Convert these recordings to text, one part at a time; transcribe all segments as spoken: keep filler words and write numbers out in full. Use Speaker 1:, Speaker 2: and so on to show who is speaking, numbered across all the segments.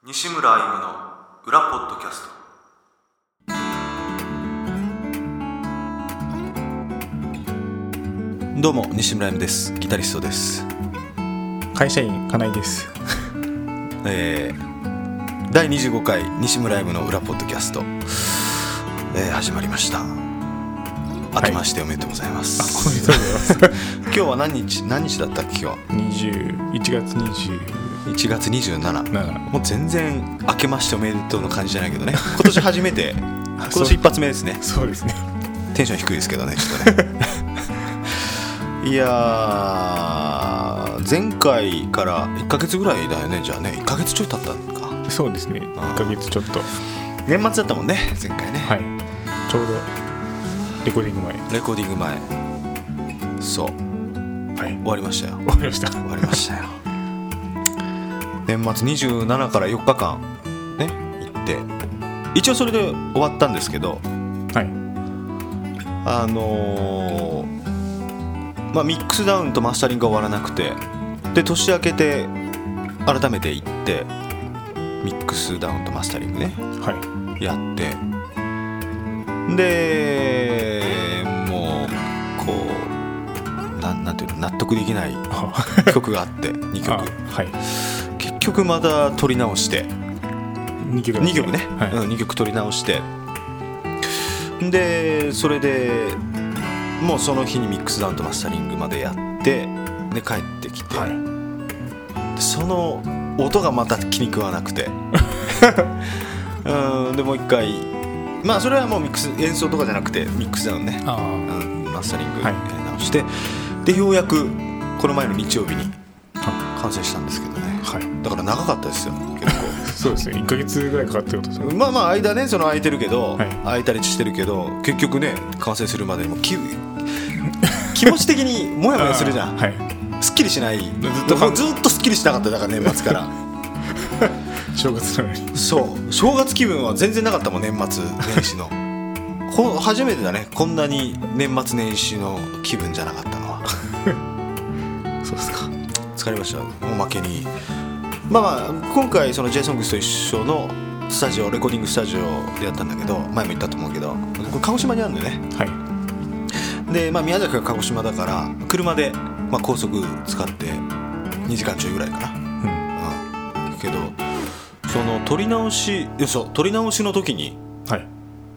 Speaker 1: 西村歩夢の裏ポッドキャスト。どうも西村歩夢です。ギタリストです。
Speaker 2: 会社員金井です、
Speaker 1: えー、だいにじゅうごかい西村歩夢の裏ポッドキャスト、えー、始まりました。明けましておめでとうございます、
Speaker 2: はい、あ、おめでとうございます
Speaker 1: 今日は何日何日だったっけ。今日
Speaker 2: にじゅういちがつにじゅう
Speaker 1: いちがつにじゅうしち。もう全然明けましておめでとうの感じじゃないけどね。今年初めて今年一発目ですね。
Speaker 2: そうですね。
Speaker 1: テンション低いですけどね、ちょっとねいやー、前回からいっかげつぐらいだよね。じゃあね、いっかげつちょい経ったのか。
Speaker 2: そうですね、いっかげつちょっと。
Speaker 1: 年末だったもんね、前回ね。
Speaker 2: はい、ちょうどレコーディング前
Speaker 1: レコーディング前そう、はい、終わりましたよ。
Speaker 2: 終わりました
Speaker 1: 終わりましたよ年末にじゅうしちからよっかかんね行って、一応それで終わったんですけど、
Speaker 2: はい、
Speaker 1: あのー、まあミックスダウンとマスタリングが終わらなくて、で年明けて改めて行ってミックスダウンとマスタリングね、
Speaker 2: はい、
Speaker 1: やって、でもうこう な, なんていうの納得できない曲があってにきょく、
Speaker 2: はい、
Speaker 1: 結局また撮り直して
Speaker 2: にきょく、ね、
Speaker 1: にきょくね、はい、うん、にきょく撮り直して、でそれでもうその日にミックスダウンとマスタリングまでやってで帰ってきて、はい、その音がまた気に食わなくてうんでもう一回、まあそれはもうミックス演奏とかじゃなくてミックスダウンね、あ、うん、マスタリングやり直して、はい、でようやくこの前の日曜日に完成したんですけどね、はい、だから長かったですよ結構
Speaker 2: そうですね、いっかげつぐらいかかってることですね。
Speaker 1: まあまあ間ねその空いてるけど、はい、空いたりしてるけど結局ね完成するまでにも気気持ち的にモヤモヤするじゃん、はい、すっきりしない、ずっとずっとすっきりしなかった。だから年末から
Speaker 2: 正月なのに。
Speaker 1: そう正月気分は全然なかったもん。年末年始のこ初めてだね、こんなに年末年始の気分じゃなかったのは
Speaker 2: そうですか。
Speaker 1: 疲れました。おまけにまあまあ今回その J ソングスと一緒のスタジオレコーディングスタジオでやったんだけど、前も言ったと思うけどこれ鹿児島にあるんだよね。はい。で、まあ、宮崎が鹿児島だから車で、まあ、高速使ってにじかんちょいぐらいかな、うんうん、けどその撮り直しそう撮り直しの時に、はい、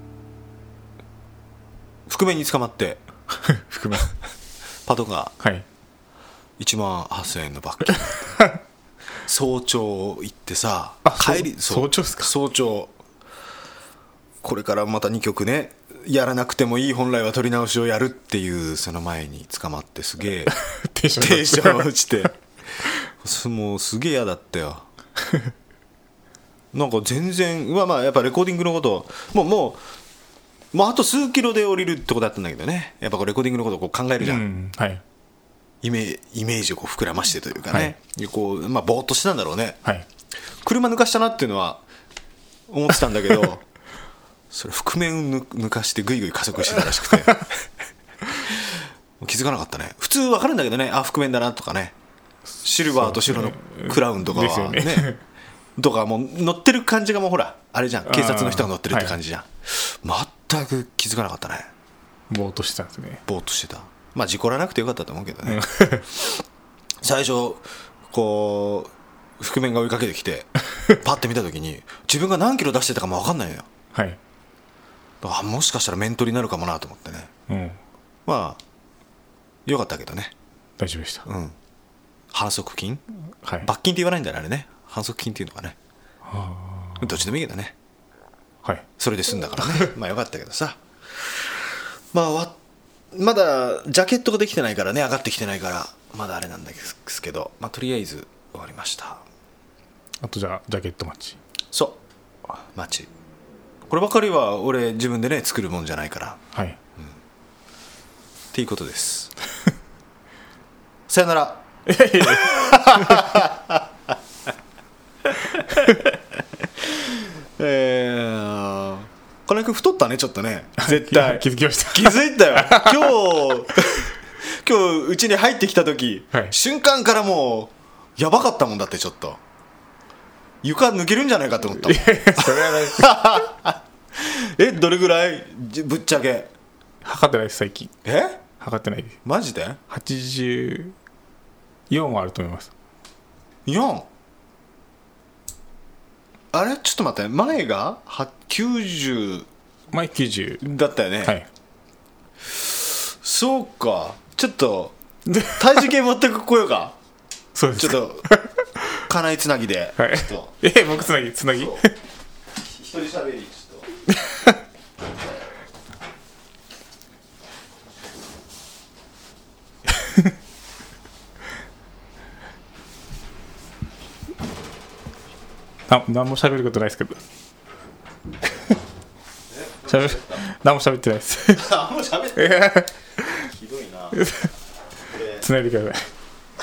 Speaker 1: 覆面に捕まって
Speaker 2: 覆面
Speaker 1: パトカー、はい、いちまんはっせんえんの罰金早朝行ってさ、帰り
Speaker 2: 早朝ですか。
Speaker 1: 早朝これからまたにきょくねやらなくてもいい本来は撮り直しをやるっていうその前に捕まってすげえテンション落ちてもうすげえ嫌だったよなんか全然まあまあやっぱレコーディングのこともうもうもうあと数キロで降りるってことだったんだけどね、やっぱこうレコーディングのことをこう考えるじゃん、うん、はい、イメイメージをこう膨らましてというかね、はい、こうまあぼーっとしてたんだろうね、はい、車抜かしたなっていうのは思ってたんだけどそれ覆面を抜かしてぐいぐい加速してたらしくて気づかなかったね。普通分かるんだけどね、あ覆面だなとかね、シルバーと白のクラウンとかは ね, ねとかもう乗ってる感じがもうほらあれじゃん、警察の人が乗ってるって感じじゃん、はい、全く気づかなかったね。
Speaker 2: ぼーっとしてたんですね。
Speaker 1: ぼーっとしてた。まあ事故らなくてよかったと思うけどね最初こう覆面が追いかけてきてパッて見た時に自分が何キロ出してたかも分かんないのよ。はい。あもしかしたら面取りになるかもなと思ってね、うん、まあよかったけどね。
Speaker 2: 大丈夫でした、うん、
Speaker 1: 反則金、はい、罰金って言わないんだよねあれね、反則金っていうのがね、はあ、どっちでもいいけどね、はい、それで済んだからねまあよかったけどさ、まあわまだジャケットができてないからね、上がってきてないからまだあれなんですけど、まあとりあえず終わりました。
Speaker 2: あとじゃあジャケットマッチ。
Speaker 1: そうマッチ、こればかりは俺自分でね作るもんじゃないから、はい、うん、っていうことですさよならえー、金井君太ったねちょっとね、絶対
Speaker 2: 気づきました。
Speaker 1: 気づいたよ今日今日うちに入ってきた時、はい、瞬間からもうやばかったもんだって。ちょっと床抜けるんじゃないかと思ったもん。
Speaker 2: いやいやそれはない
Speaker 1: えどれぐらいじぶっちゃけ
Speaker 2: 測ってないです最近。
Speaker 1: え
Speaker 2: 測ってないです。
Speaker 1: マジで
Speaker 2: はちじゅうよんはあると思います。
Speaker 1: よんあれちょっと待って前がはきゅうじゅう
Speaker 2: 前きゅうじゅう
Speaker 1: だったよね、
Speaker 2: はい。
Speaker 1: そうかちょっと体重計持ってこようか
Speaker 2: そうです
Speaker 1: ちょっと家内つなぎで、
Speaker 2: はい
Speaker 1: ちょっと
Speaker 2: え僕つなぎつなぎ
Speaker 1: そう一人しゃべりちょっと
Speaker 2: な何も喋ることないですけどしゃべ何も喋ってないです
Speaker 1: あもう喋ってひどいなこれ
Speaker 2: つないでください。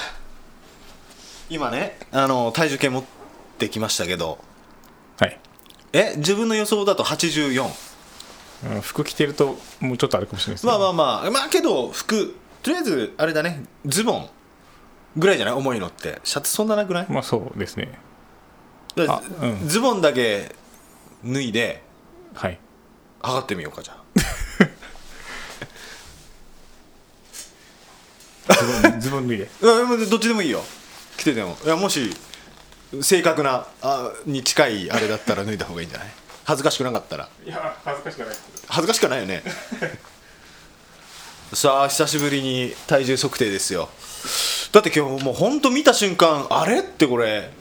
Speaker 1: 今ねあの体重計持ってきましたけど
Speaker 2: はい
Speaker 1: え自分の予想だとはちじゅうよん
Speaker 2: うん服着てるともうちょっとあるかもしれないです、ね、
Speaker 1: まあまあまあまあけど服とりあえずあれだねズボンぐらいじゃない重いのってシャツそんななくない
Speaker 2: まあそうですね。
Speaker 1: だ
Speaker 2: あうん
Speaker 1: ズボンだけ脱いで
Speaker 2: はい
Speaker 1: 測ってみようかじゃ
Speaker 2: ズボンズボン脱いで
Speaker 1: あうんどっちでもいいよ着ててもいやもし正確なあに近いあれだったら脱いだ方がいいんじゃない恥ずかしくなかったら
Speaker 2: いや恥ずかしくないです
Speaker 1: 恥ずかしくはないよねさあ久しぶりに体重測定ですよ。だって今日もうほんと見た瞬間あれってこれ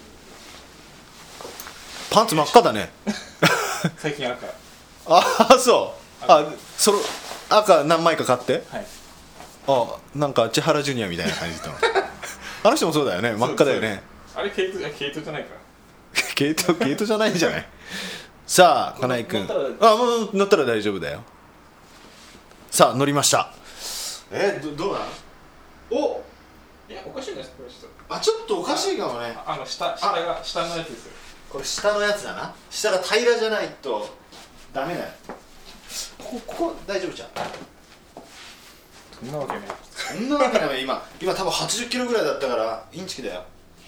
Speaker 1: パンツ真っ赤だね
Speaker 2: 最近赤
Speaker 1: ああそうあそれ赤何枚か買って
Speaker 2: はい
Speaker 1: あなんか千原ジュニアみたいな感じだあの人もそうだよね真っ赤だよね
Speaker 2: あれ毛糸毛糸じゃないか
Speaker 1: 毛糸毛糸じゃないんじゃないさあ金井君あもう乗ったら大丈夫だよ。さあ乗りました。えどどうなんお
Speaker 2: いやおかしいですこれちょっ
Speaker 1: あちょっとおかしいかもね。
Speaker 2: とあの下下が下のやつですよ。
Speaker 1: これ下のやつだな。下が平らじゃないとダメだよ。ここここ大丈夫じゃん。
Speaker 2: そんなわけね
Speaker 1: そんなわけない今今多分はちじゅっキロぐらいだったからインチキだよ。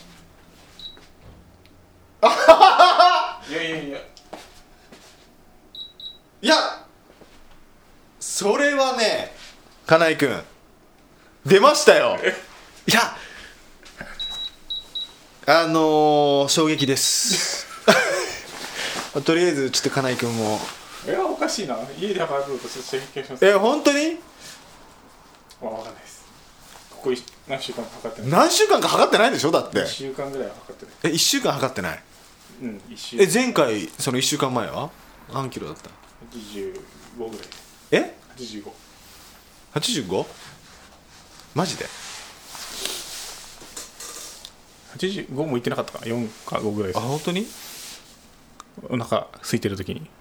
Speaker 2: いやいやいや
Speaker 1: いやそれはね金井君出ましたよ。いやあのー、衝撃ですとりあえずちょっと金井君も
Speaker 2: いやおかしいな家で測ろうとして勉強します
Speaker 1: え本当に
Speaker 2: あ分かんないですここい何週間か測ってない
Speaker 1: 何週間か測ってないでしょだって
Speaker 2: いっしゅうかんぐらいは測ってない
Speaker 1: えいっしゅうかん測ってない
Speaker 2: うんいっしゅう
Speaker 1: え前回そのいっしゅうかんまえは何キロだった
Speaker 2: はちじゅうごぐらい
Speaker 1: え
Speaker 2: はちじゅうご
Speaker 1: はちじゅうご? マジで
Speaker 2: はちじゅうごもいってなかったかなよんかごぐらいで
Speaker 1: あ
Speaker 2: す
Speaker 1: 本当に
Speaker 2: お腹空いてる時に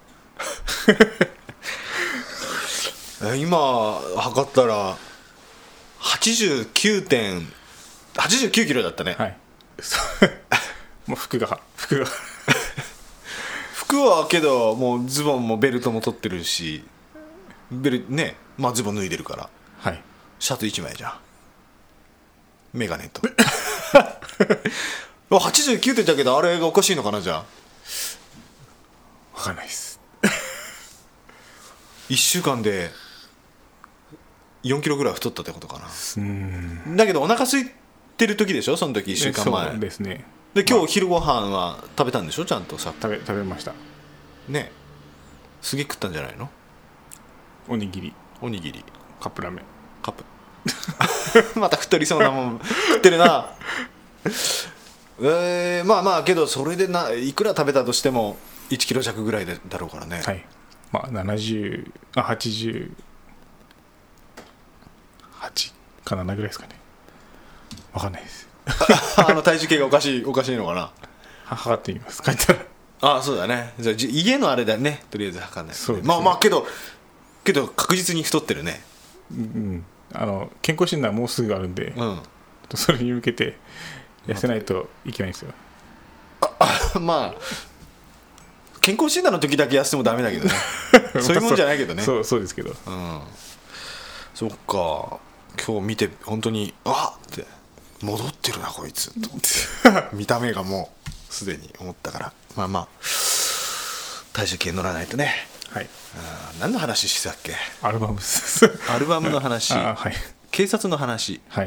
Speaker 1: え今測ったらはちじゅうきゅうてんはちじゅうきゅうキロだったね、
Speaker 2: はいそうもう服が服が
Speaker 1: 服はけどもうズボンもベルトも取ってるしベルねまあズボン脱いでるから
Speaker 2: はい
Speaker 1: シャツいちまいじゃんメガネとはちじゅうきゅうてんだけどあれがおかしいのかなじゃあ
Speaker 2: 分かんないです
Speaker 1: いっしゅうかんでよんキロぐらい太ったってことかな。
Speaker 2: うん
Speaker 1: だけどお腹空いてる時でしょその時いっしゅうかんまえ
Speaker 2: そうですね
Speaker 1: で今日昼ご飯は食べたんでしょちゃんとさ
Speaker 2: 食べ食べました
Speaker 1: ねすげえ食ったんじゃないの
Speaker 2: おにぎり
Speaker 1: おにぎり
Speaker 2: カップラーメン
Speaker 1: カップまた太りそうなもん食ってるなえー、まあまあけどそれでないくら食べたとしてもいちキロ弱ぐらいでだろうからね、
Speaker 2: はいまあななじゅうあはちじゅうはちかななぐらいですかね分かんないです
Speaker 1: あの体重計がおかしいおかしいのかな
Speaker 2: は測ってみます帰ったら
Speaker 1: ああそうだねじゃあじ家のあれだねとりあえず測んないとね、
Speaker 2: そうですね
Speaker 1: まあまあけどけど確実に太ってるね
Speaker 2: うんあの健康診断もうすぐあるんで、
Speaker 1: うん
Speaker 2: それに向けて痩せないといけないんですよ
Speaker 1: あまあ健康診断の時だけ痩せてもダメだけどねそういうもんじゃないけどね
Speaker 2: そうそうですけど
Speaker 1: うんそっか今日見て本当にあっって戻ってるなこいつと思って見た目がもすでに思ったから、まあまあ体重計乗らないとね。
Speaker 2: はい。
Speaker 1: あ、何の話してたっけ。
Speaker 2: アルバムです
Speaker 1: アルバムの話
Speaker 2: あ、はい、
Speaker 1: 警察の話、
Speaker 2: はい、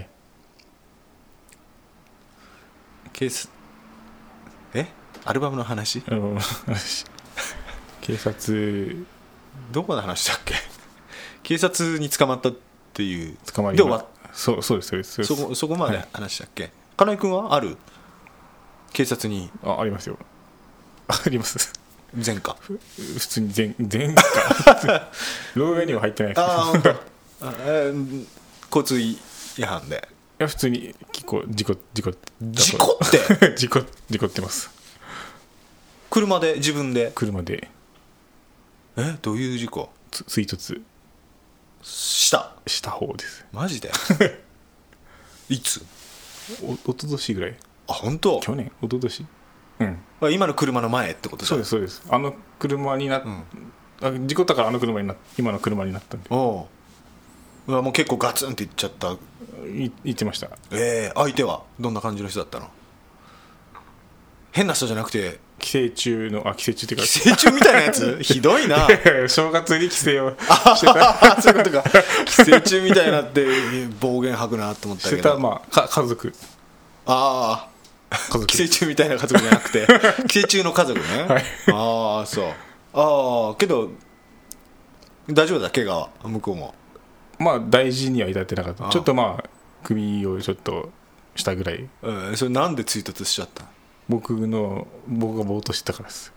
Speaker 1: 警察えアルバムの話、
Speaker 2: あの警察
Speaker 1: どこの話だっけ。警察に捕まったっていう、
Speaker 2: 捕まり
Speaker 1: で終わっ
Speaker 2: そうそうですそうです。
Speaker 1: そこそこまで話したっけ。金井君はある警察に。
Speaker 2: あありますよ。あります。
Speaker 1: 前科。
Speaker 2: 普通に前前科老害には入ってないです。
Speaker 1: ああ本当。あ、えー、交通違反で。
Speaker 2: いや普通に結構事故事故
Speaker 1: 事故って
Speaker 2: 事故事故ってます。
Speaker 1: 車で自分で
Speaker 2: 車で。
Speaker 1: えどういう事故。
Speaker 2: つ追突
Speaker 1: した
Speaker 2: した方です。
Speaker 1: マジでいつ。
Speaker 2: おおととしぐらい。
Speaker 1: あ本当。
Speaker 2: 去年おととし。うん、
Speaker 1: 今の車の前ってこと。
Speaker 2: そうですそうです。あの車になっ、うん、あ事故ったからあの車にな今の車になったんで。
Speaker 1: おうわもう結構ガツンっていっちゃった。
Speaker 2: い言ってました。
Speaker 1: えー、相手はどんな感じの人だったの。変な人じゃなくて
Speaker 2: 寄生虫のあ寄生虫っていうか
Speaker 1: 寄生虫みたいなやつひどいな
Speaker 2: 正月に寄生を
Speaker 1: してたそういうことか。寄生虫みたいなって暴言吐くなと思ったけど
Speaker 2: してた、まあ、か家族。
Speaker 1: ああ寄生虫みたいな家族じゃなくて寄生虫の家族ね、はい、ああそうああけど大丈夫だ怪我は向こうも。
Speaker 2: まあ大事には至ってなかった。ちょっとまあ首をちょっとしたぐらい、
Speaker 1: うん、それなんで追突しちゃった。
Speaker 2: 僕の僕がぼーっとしてたからです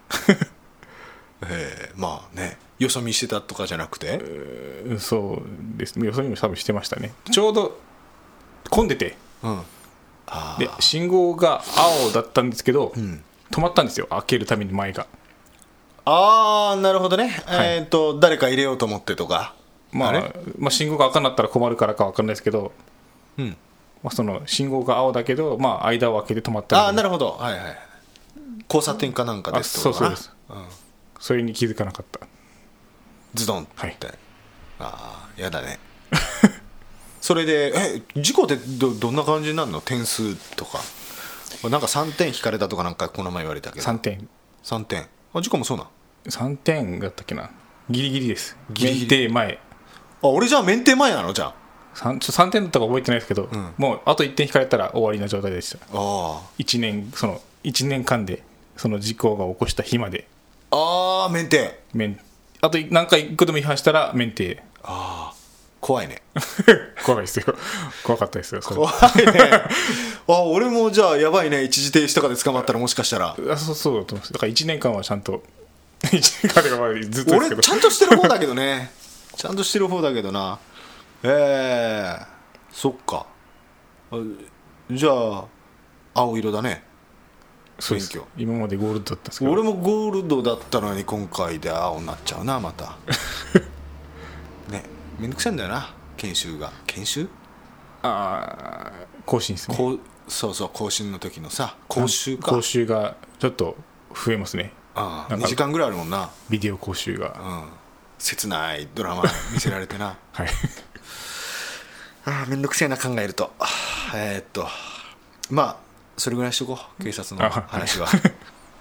Speaker 1: えー、まあねよそ見してたとかじゃなくて、
Speaker 2: えー、そうですね。よそ見も多分してましたね。ちょうど混んでて、うん、あで信号が青だったんですけど、うん、止まったんですよ。開けるために前が。
Speaker 1: ああなるほどね、
Speaker 2: はい、
Speaker 1: えーと誰か入れようと思ってとか、
Speaker 2: まあ、あまあ信号が赤になったら困るからか分かんないですけど、うん、まあ、その信号が青だけど、まあ、間を空けて止まったので。
Speaker 1: ああなるほど、はいはい、交差点かなんかですとかな。
Speaker 2: そうそうです、うん、それに気づかなかった。
Speaker 1: ズドンって、
Speaker 2: はい、
Speaker 1: ああやだねそれでえ事故って ど, どんな感じになるの。点数とかなんかさんてん引かれたとかなんかこの前言われたけど。
Speaker 2: さんてん
Speaker 1: さんてん。あ事故もそうなん。
Speaker 2: さんてんだったっけな。ギリギリです。ギリギリ免停前。
Speaker 1: あ俺じゃあ免停前なの。じゃあ
Speaker 2: 3, ちょさんてんだったか覚えてないですけど、うん、もうあといってん引かれたら終わりな状態でした。
Speaker 1: あ
Speaker 2: いちねんそのいちねんかんでその事故が起こした日まで。
Speaker 1: ああ免停
Speaker 2: 免あと何回いっこでも違反したら免停。
Speaker 1: ああ怖いね
Speaker 2: 怖いですよ。怖かったですよ。
Speaker 1: 怖いねあ俺もじゃあやばいね。一時停止とかで捕まったらもしかしたら。
Speaker 2: あそうそうだと思います。だからいちねんかんはちゃんといちねんかんでまあずっとですけど。
Speaker 1: 俺ちゃんとしてる方だけどねちゃんとしてる方だけどな。えー、そっか。じゃあ青色だね。
Speaker 2: そうです。今までゴールドだったんですけど。
Speaker 1: 俺もゴールドだったのに今回で青になっちゃうなまたねめんどくさいんだよな研修が。研修
Speaker 2: ああ更新ですね。
Speaker 1: こうそうそう更新の時のさ講習か。
Speaker 2: 講習がちょっと増えますね。
Speaker 1: ああにじかんぐらいあるもんな
Speaker 2: ビデオ講習が、
Speaker 1: うん、切ないドラマ見せられてな
Speaker 2: はい
Speaker 1: あめんどくせえな考えると。えー、っとまあそれぐらいにしとこう警察の話は、はい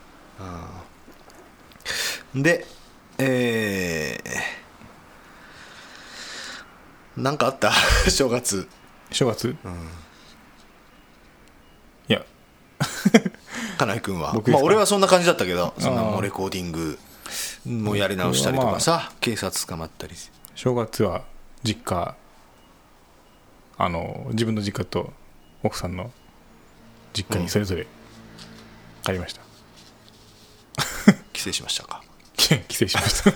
Speaker 1: うん、でえー、なんかあった正月
Speaker 2: 正月、うん、いや
Speaker 1: 金井君は、まあ、俺はそんな感じだったけどそんなもうレコーディングもやり直したりとかさ、まあ、警察捕まったり。
Speaker 2: 正月は実家あの自分の実家と奥さんの実家にそれぞれ帰りました、
Speaker 1: うん、帰省しましたか
Speaker 2: 帰省しました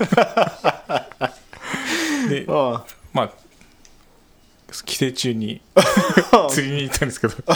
Speaker 2: でああまあ帰省中に釣りに行ったんですけど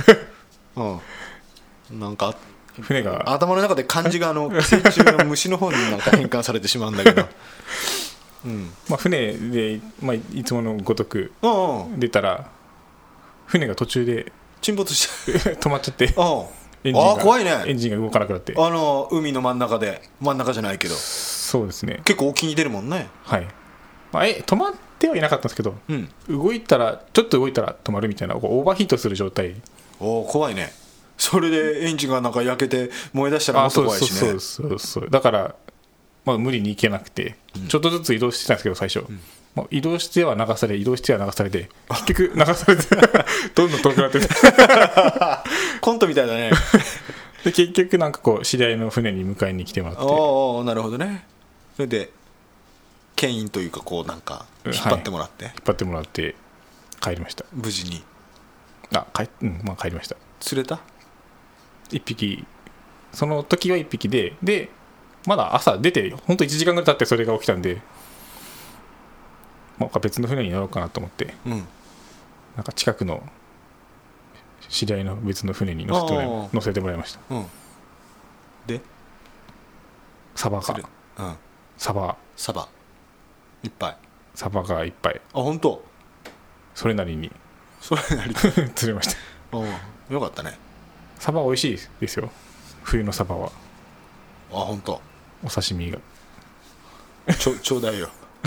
Speaker 1: うんなんか
Speaker 2: 船が
Speaker 1: 頭の中で漢字があの寄生虫の虫の方になんか変換されてしまうんだけどうん
Speaker 2: まあ、船で、まあ、いつものごとく出たら船が途中で
Speaker 1: 沈没して
Speaker 2: 止まっちゃって
Speaker 1: エンジンがあ怖いね。
Speaker 2: エンジンが動かなくなって
Speaker 1: あの海の真ん中で真ん中じゃないけど
Speaker 2: そうですね
Speaker 1: 結構沖に出るもんね。
Speaker 2: はい、まあ、え止まってはいなかったんですけど、うん、動いたらちょっと動いたら止まるみたいなオーバーヒートする状態。
Speaker 1: お怖いね。 それでエンジンがなんか焼けて燃え出したらもっと怖いしね。
Speaker 2: そうそうそうそうだから、まあ、無理に行けなくて、うん、ちょっとずつ移動してたんですけど最初、うん、もう移動しては流され移動しては流されて結局流されてどんどん遠くなってて
Speaker 1: コントみたいだね
Speaker 2: で結局なんかこう知り合いの船に迎えに来てもらって、
Speaker 1: おおなるほどね。それで牽引というかこうなんか引っ張ってもらって、はい、
Speaker 2: 引っ張ってもらって帰りました。
Speaker 1: 無事に
Speaker 2: あ帰,、うんまあ、帰りました。
Speaker 1: 釣れた
Speaker 2: いっぴき、その時はいっぴきででまだ朝出て本当いちじかんぐらい経ってそれが起きたんで、まあ、別の船に乗ろうかなと思って、うん、なんか近くの知り合いの別の船に乗せてもらい乗せてもらいました、うん、
Speaker 1: で
Speaker 2: サバが、うん、サバ
Speaker 1: サバいっぱい
Speaker 2: サバがいっぱい。
Speaker 1: あ本当。
Speaker 2: それなりに
Speaker 1: それなりに
Speaker 2: 釣れました。
Speaker 1: よかったね。
Speaker 2: サバ美味しいですよ冬のサバは。
Speaker 1: あ本当。
Speaker 2: お刺身が
Speaker 1: ちょちょうだいよ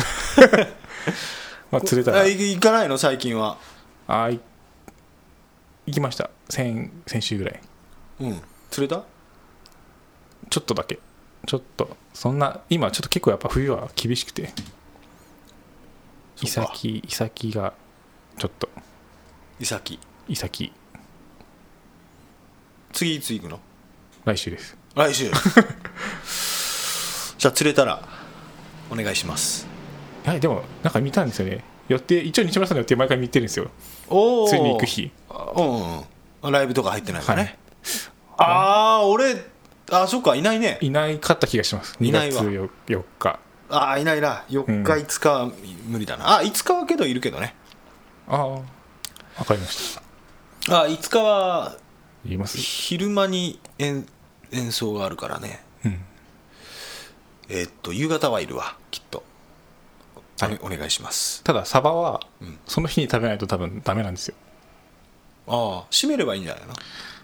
Speaker 2: まあ釣れたら。
Speaker 1: あ行かないの最近は。
Speaker 2: あい行きました。 先, 先週ぐらい。
Speaker 1: うん釣れた。
Speaker 2: ちょっとだけちょっとそんな今ちょっと結構やっぱ冬は厳しくてイサキイサキがちょっと
Speaker 1: イサキ
Speaker 2: イサキ
Speaker 1: 次いつ行くの。
Speaker 2: 来週です。
Speaker 1: 来週じゃあ釣れたらお願いします。
Speaker 2: はいでもなんか見たんですよね。予定一応西村さんの予定毎回見てるんですよ。お釣りに行く日。
Speaker 1: うんライブとか入ってないからね、はい、ああ俺あそうかいないね。
Speaker 2: いないかった気がします。にがつよっか。
Speaker 1: ああいないな。よっかいつかは無理だな、うん、あいつかはけどいるけどね。
Speaker 2: ああ分かりました。
Speaker 1: あいつかは
Speaker 2: 言います
Speaker 1: 昼間に 演, 演奏があるからね、うん、えー、っと夕方はいるわきっと、はい、お, お願いします。
Speaker 2: ただサバはその日に食べないと多分ダメなんですよ。
Speaker 1: ああ閉めればいいんじゃないの。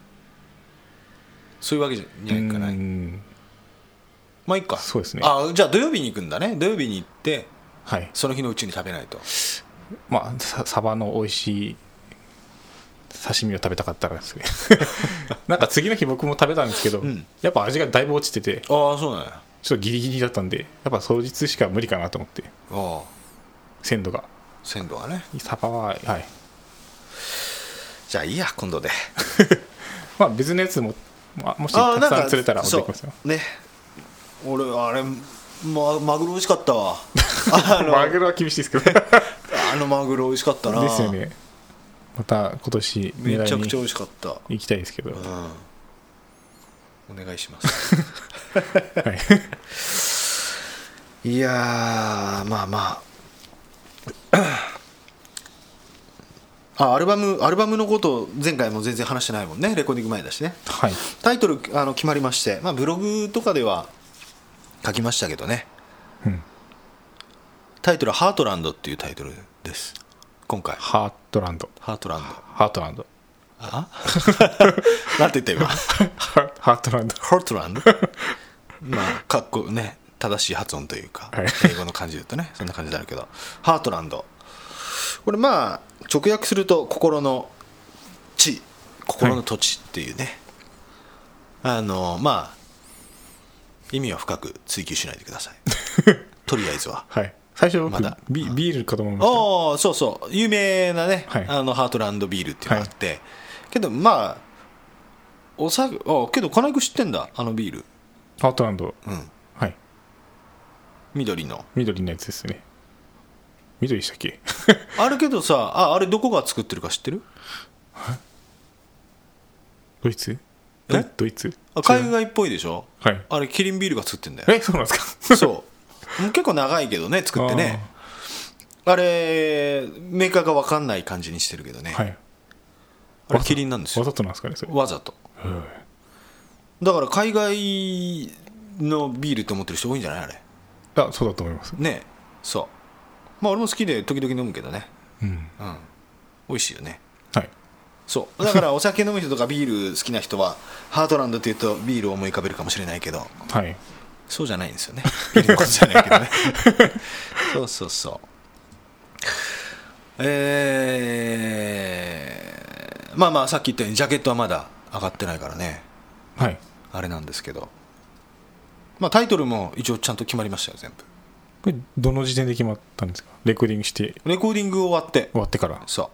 Speaker 1: そういうわけじゃないかない。まあいいか。
Speaker 2: そうですね。
Speaker 1: あじゃあ土曜日に行くんだね。土曜日に行って、
Speaker 2: はい、
Speaker 1: その日のうちに食べないと。
Speaker 2: まあサバの美味しい刺身を食べたかったらですねなんか次の日僕も食べたんですけど、うん、やっぱ味がだいぶ落ちてて、
Speaker 1: ああそうなんや。
Speaker 2: ちょっとギリギリだったんでやっぱ当日しか無理かなと思って。あ鮮度が
Speaker 1: 鮮度がね。
Speaker 2: サバははい
Speaker 1: じゃあいいや今度で
Speaker 2: まあ別のやつももしたくさん釣れたら持ってきますよ
Speaker 1: ね。俺あれ、ま、マグロ美味しかったわ
Speaker 2: あのマグロは厳しいですけど
Speaker 1: あのマグロ美味しかったな。
Speaker 2: ですよね。また今年
Speaker 1: めちゃくちゃ美味しかった。
Speaker 2: 行きたいですけど、うん、
Speaker 1: お願いしますはいいやまあまああアルバムアルバムのこと前回も全然話してないもんね。レコーディング前だしね、
Speaker 2: はい、
Speaker 1: タイトルあの決まりまして、まあ、ブログとかでは書きましたけどね、うん、タイトルはハートランドっていうタイトルです今回。
Speaker 2: ハートランド
Speaker 1: ハートランド
Speaker 2: ハートランド
Speaker 1: あなんて言った今
Speaker 2: ハートランド
Speaker 1: ハートランドまあかっこね正しい発音というか、はい、英語の漢字で言うとねそんな感じになるけどハートランドこれまあ直訳すると心の地心の土地っていうね、はい、あのまあ意味は深く追求しないでくださいとりあえずは、
Speaker 2: はい、最初僕まだ ビ, ビールかと思いました。
Speaker 1: ああそうそう有名なね、はい、あのハートランドビールっていうのがあって、はい、けどまあお酒あけど金井君知ってんだあのビール
Speaker 2: ハートランド、
Speaker 1: うん
Speaker 2: はい
Speaker 1: 緑の
Speaker 2: 緑のやつですね。緑でしたっけ
Speaker 1: あれけどさ あ, あれどこが作ってるか知ってる。
Speaker 2: ドイツド, ドイツ
Speaker 1: あ海外っぽいでしょ、
Speaker 2: はい、
Speaker 1: あれキリンビールが作ってんだよ。
Speaker 2: えそうなんですか
Speaker 1: そう結構長いけどね作ってね あ, あれメーカーが分かんない感じにしてるけどね、はい、あれキリンなんですよ。
Speaker 2: わざとなんですかねそれ。
Speaker 1: わざとだから海外のビールって思ってる人多いんじゃないあれ。
Speaker 2: あそうだと思います
Speaker 1: ね。そうまあ俺も好きで時々飲むけどね、うんうん、美味しいよね。
Speaker 2: はい
Speaker 1: そうだからお酒飲む人とかビール好きな人はハートランドっていうとビールを思い浮かべるかもしれないけど、
Speaker 2: はい、
Speaker 1: そうじゃないんですよね。ビールのことじゃないけどねそうそうそうえー、まあまあさっき言ったようにジャケットはまだ上がってないからね、
Speaker 2: はい、
Speaker 1: あれなんですけど、まあタイトルも一応ちゃんと決まりましたよ全部。
Speaker 2: これどの時点で決まったんですか？レコーディングして
Speaker 1: レコーディング終わって
Speaker 2: 終わってから。
Speaker 1: そう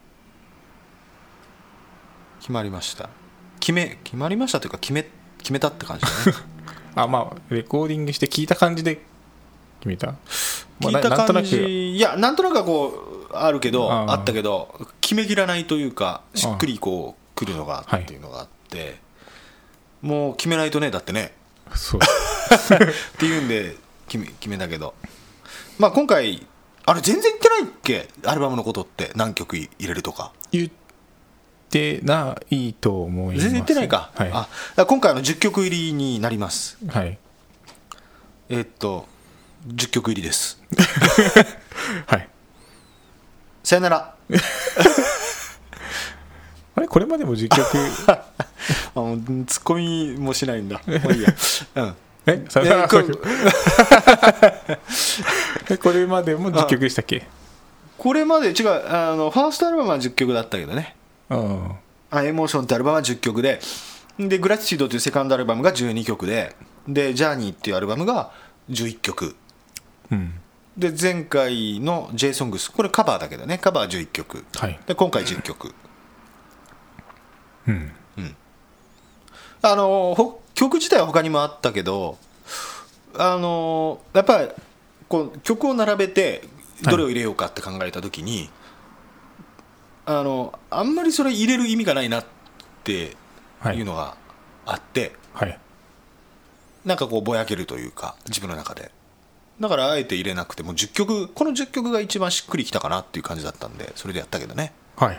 Speaker 1: 決まりました。決め決まりましたというか決め決めたって感じだね
Speaker 2: あ、まあレコーディングして聞いた感じで決めた。
Speaker 1: 聞いた感じ、いやなんとなくはこうあるけど あ, あったけど決めきらないというかしっくりこう来るのがっていうのがあって、はい、もう決めないとねだってね
Speaker 2: そう
Speaker 1: っていうんで決め、決めたけど、まあ今回あれ全然言ってないっけアルバムのことって、何曲入れるとか
Speaker 2: 言ってないと思います。
Speaker 1: 全然言ってないか、はい、あだ今回のじゅっきょく入りになります。
Speaker 2: はい
Speaker 1: えー、っとじゅっきょく入りです
Speaker 2: はい
Speaker 1: さよなら
Speaker 2: あれこれまでもじゅっきょく
Speaker 1: あもうツッコミもしないんだもういいや、うん、
Speaker 2: えさよならこれまでもじゅっきょくでしたっけ？
Speaker 1: これまで違う、あのファーストアルバムはじゅっきょくだったけどね。
Speaker 2: あ
Speaker 1: あエモーションってアルバムはじゅっきょくで、でグラティチュードというセカンドアルバムがじゅうにきょくで、でジャーニーっていうアルバムがじゅういっきょく、うん、で前回の J ソングスこれカバーだけどね、カバーじゅういっきょく、はい、で今回じゅっきょく、うんうん、あの曲自体は他にもあったけど、あのやっぱりこう曲を並べてどれを入れようかって考えたときに、はい、あのあんまりそれ入れる意味がないなっていうのがあって、はいはい、なんかこうぼやけるというか自分の中で、だからあえて入れなくてもじゅっきょく、このじゅっきょくが一番しっくりきたかなっていう感じだったんでそれでやったけどね。はい、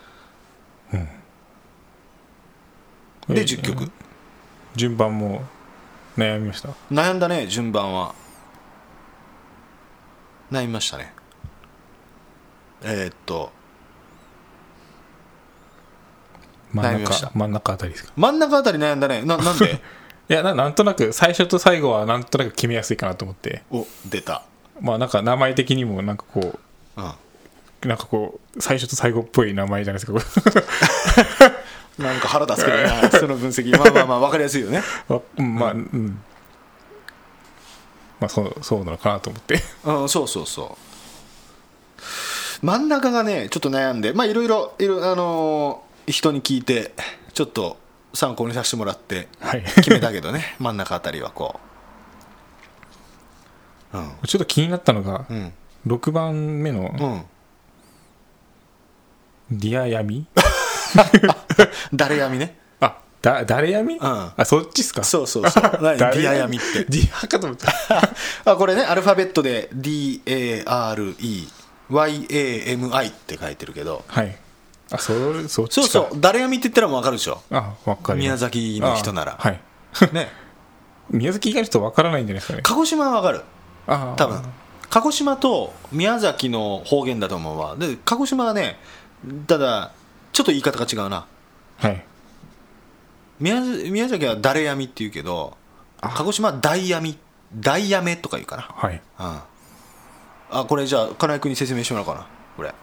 Speaker 1: うん、でじゅっきょく、
Speaker 2: 順番も悩みました？
Speaker 1: 悩んだね、順番は悩みましたね。えー、っと
Speaker 2: 真ん中真ん中あたりですか？
Speaker 1: 真ん中あたり悩んだね。 な, なんで
Speaker 2: いや な, なんとなく最初と最後はなんとなく決めやすいかなと思って。
Speaker 1: お出た。
Speaker 2: まあなんか名前的にもなんかこう、うん、なんかこう最初と最後っぽい名前じゃないですか
Speaker 1: なんか腹立つけどなその分析。まあまあまあ分かりやすいよね
Speaker 2: まあうん、うん、まあそうそうなのかなと思って、
Speaker 1: うん、そうそうそう。真ん中がねちょっと悩んで、まあいろいろいろあのー、人に聞いてちょっと参考にさせてもらって決めたけどね、はい、真ん中あたりはこ
Speaker 2: う、うん、ちょっと気になったのが、うん、ろくばんめの、うん、ディア闇
Speaker 1: 誰闇ね。
Speaker 2: あだ誰闇、うん、あそっちっすか。
Speaker 1: そうそうそうディア闇って
Speaker 2: ディアかと思った
Speaker 1: あこれねアルファベットで ディーエーアールイーワイエーエムアイ って書いてるけど、はい、
Speaker 2: あ そ, そっちか。
Speaker 1: そうそう誰闇って言ったらもう分かるでしょ。
Speaker 2: あ分かる。
Speaker 1: 宮崎の人なら、はいね、
Speaker 2: 宮崎以外の人分からないんじゃないですかね。
Speaker 1: 鹿児島は分かる。あ多分鹿児島と宮崎の方言だと思うわ。で鹿児島はねただちょっと言い方が違うな。はい。宮, 宮崎は誰闇って言うけど鹿児島は大闇大やめとか言うかな。はい、うん、あこれじゃあ金井君に説明してもらおうかな。これ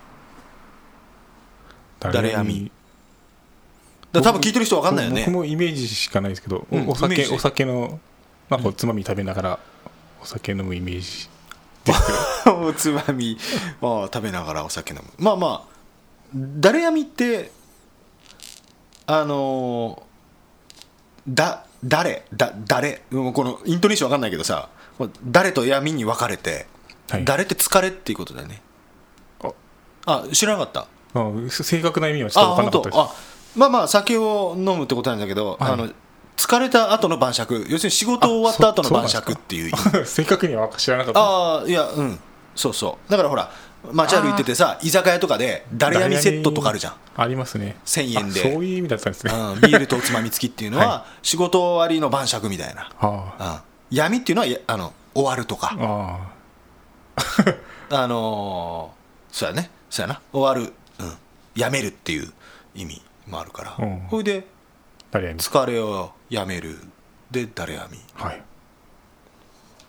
Speaker 1: 誰闇だ多分聞いてる人分かんないよね。
Speaker 2: 僕もイメージしかないですけど、うん、お, 酒お酒のなんかおつまみ食べながらお酒飲むイメージです
Speaker 1: けどおつまみ、まあ、食べながらお酒飲む。まあまあ誰闇ってあのー、だ誰だ誰もうこのイントネーション分かんないけどさ、誰と闇に分かれて、はい、誰って疲れっていうことだよね。ああ知らなかった。
Speaker 2: あ正確な意味はちょっと分かんなかったです。
Speaker 1: あまあまあ酒を飲むってことなんだけど、はい、あの疲れた後の晩酌、要するに仕事終わった後の晩酌っていう意味。
Speaker 2: 正確には知らなかった。
Speaker 1: ああいやうんそうそうだからほら街歩いててさ居酒屋とかで誰闇セットとかあるじゃん。
Speaker 2: ありますね。
Speaker 1: せんえんで
Speaker 2: そういう意味だったんですね、
Speaker 1: うん、ビールとおつまみ付きっていうのは、はい、仕事終わりの晩酌みたいな、はあうん、闇っていうのはあの終わるとかああのー、そうやねそうやな終わる、うん、やめるっていう意味もあるから、うん、それで疲れをやめるで誰闇。はい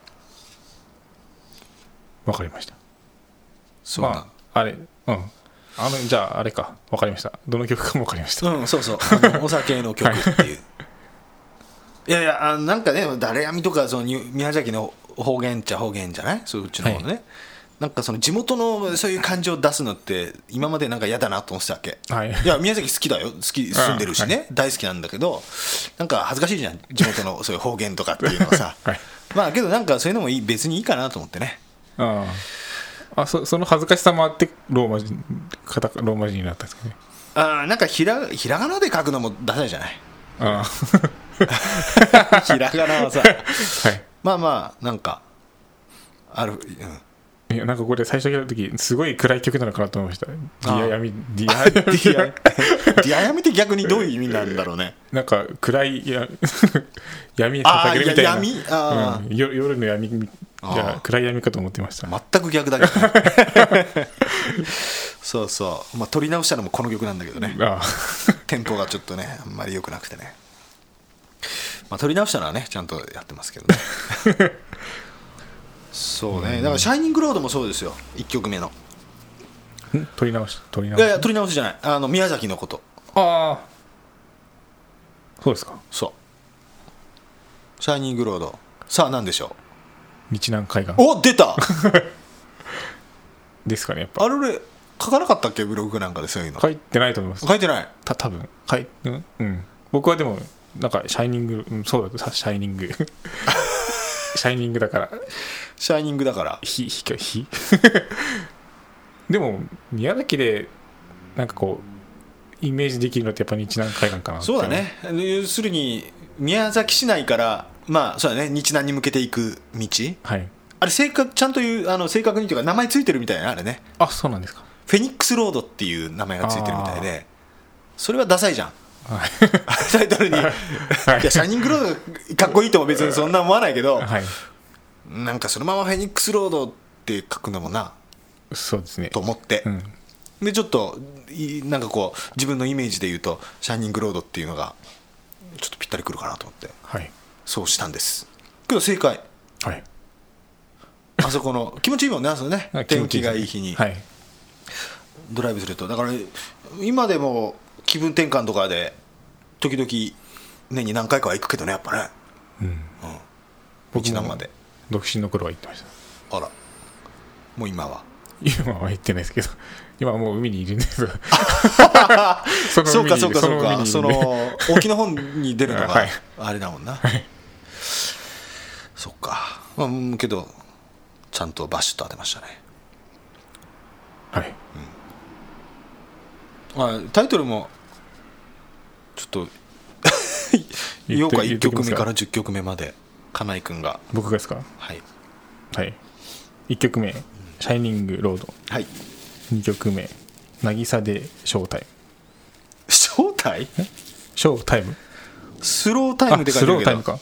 Speaker 2: わかりました。
Speaker 1: そうな、
Speaker 2: まあ、あれうんあのじゃああれか分かりました、どの曲かも分かりました。
Speaker 1: うん、そうそう、あのお酒の曲っていう、はい、いやいや、あのなんかね、誰やみとかその宮崎の方言っちゃ方言じゃない、そういううちの方のね、はい、なんかその地元のそういう感情を出すのって今までなんか嫌だなと思ってたわけ、はい、いや宮崎好きだよ、好き、住んでるしね、はい、大好きなんだけど、なんか恥ずかしいじゃん、地元のそういう方言とかっていうのはさ、はい、まあけどなんかそういうのもいい、別にいいかなと思ってね。
Speaker 2: ああ、そ, その恥ずかしさもあってローマ字カタローマ字になったんですかね。
Speaker 1: あ、なんかひらひらがなで書くのもダサいじゃない。あひらがなはさ、はい、まあまあなんかある、うん、
Speaker 2: いやなんかこれ最初聞いた時すごい暗い曲なのかなと思いました。ディア闇、ディア
Speaker 1: ディアディア闇って逆にどういう意味なんだろうね。
Speaker 2: なんか暗いや闇に捧げるみたいな、
Speaker 1: 闇、あ、
Speaker 2: うん、夜の闇じゃ暗い闇かと思ってました。
Speaker 1: 全く逆だけど、ね、そうそう、まあ、撮り直したのもこの曲なんだけどね。ああテンポがちょっとねあんまり良くなくてね、まあ、撮り直したのはねちゃんとやってますけどねそうね、だから「シャイニングロード」もそうですよ、いっきょくめの。
Speaker 2: ん撮り直し撮り直し
Speaker 1: いやいや撮り直しじゃない、あの宮崎のこと。
Speaker 2: ああそうですか。
Speaker 1: そう「シャイニングロード」、さあ何でしょ
Speaker 2: う。日南海岸。
Speaker 1: お、出た
Speaker 2: ですかね、やっぱ。
Speaker 1: あれ俺書かなかったっけ、ブログなんかでそういうの。
Speaker 2: 書いてないと思います。
Speaker 1: 書いてない。
Speaker 2: た多分書い、うん、うん。僕はでもなんかシャイニング、うん、そうだ、シャイニングシャイニングだから
Speaker 1: シャイニングだから
Speaker 2: ひひかひでも宮崎でなんかこうイメージできるのってやっぱ日南海岸かな。
Speaker 1: そうだね、要するに宮崎市内からまあそうだね、日南に向けていく道、はい、あれ正確ちゃんというあの正確にというか名前ついてるみたいな、あれね。
Speaker 2: あ、そうなんですか。
Speaker 1: フェニックスロードっていう名前がついてるみたいで、それはダサいじゃん、はい、タイトルに、はい、いやシャイニングロードがかっこいいとも別にそんな思わないけど、はい、なんかそのままフェニックスロードって書くのもな、
Speaker 2: そうですね
Speaker 1: と思って、うん、でちょっとなんかこう自分のイメージで言うとシャイニングロードっていうのがちょっとぴったりくるかなと思って、はい、そうしたんです。けど正解、はい、あそこの気持ちいいもんね、あそこね天気がいい日に、はい、ドライブすると。だから今でも気分転換とかで時々年に何回かは行くけどね、やっぱね、うんうん、
Speaker 2: 僕もまで独身の頃は行ってました。
Speaker 1: あら、もう今は
Speaker 2: 今は行ってないですけど、今はもう海にいるんです
Speaker 1: そそうかそうかそうか、その沖の方に出るのがあれだもんな、はい、そっか、まあ、けどちゃんとバシッと当てましたね。はい、うん、あ、タイトルもちょっと言おうか、いっきょくめからじゅっきょくめまで金井君が。
Speaker 2: 僕がですか。はい、はい、いっきょくめシャイニングロード、はい、にきょくめ渚でショータイム。
Speaker 1: ショータイム
Speaker 2: ショータイム
Speaker 1: スロータイムで書いてるけど、スロータイムか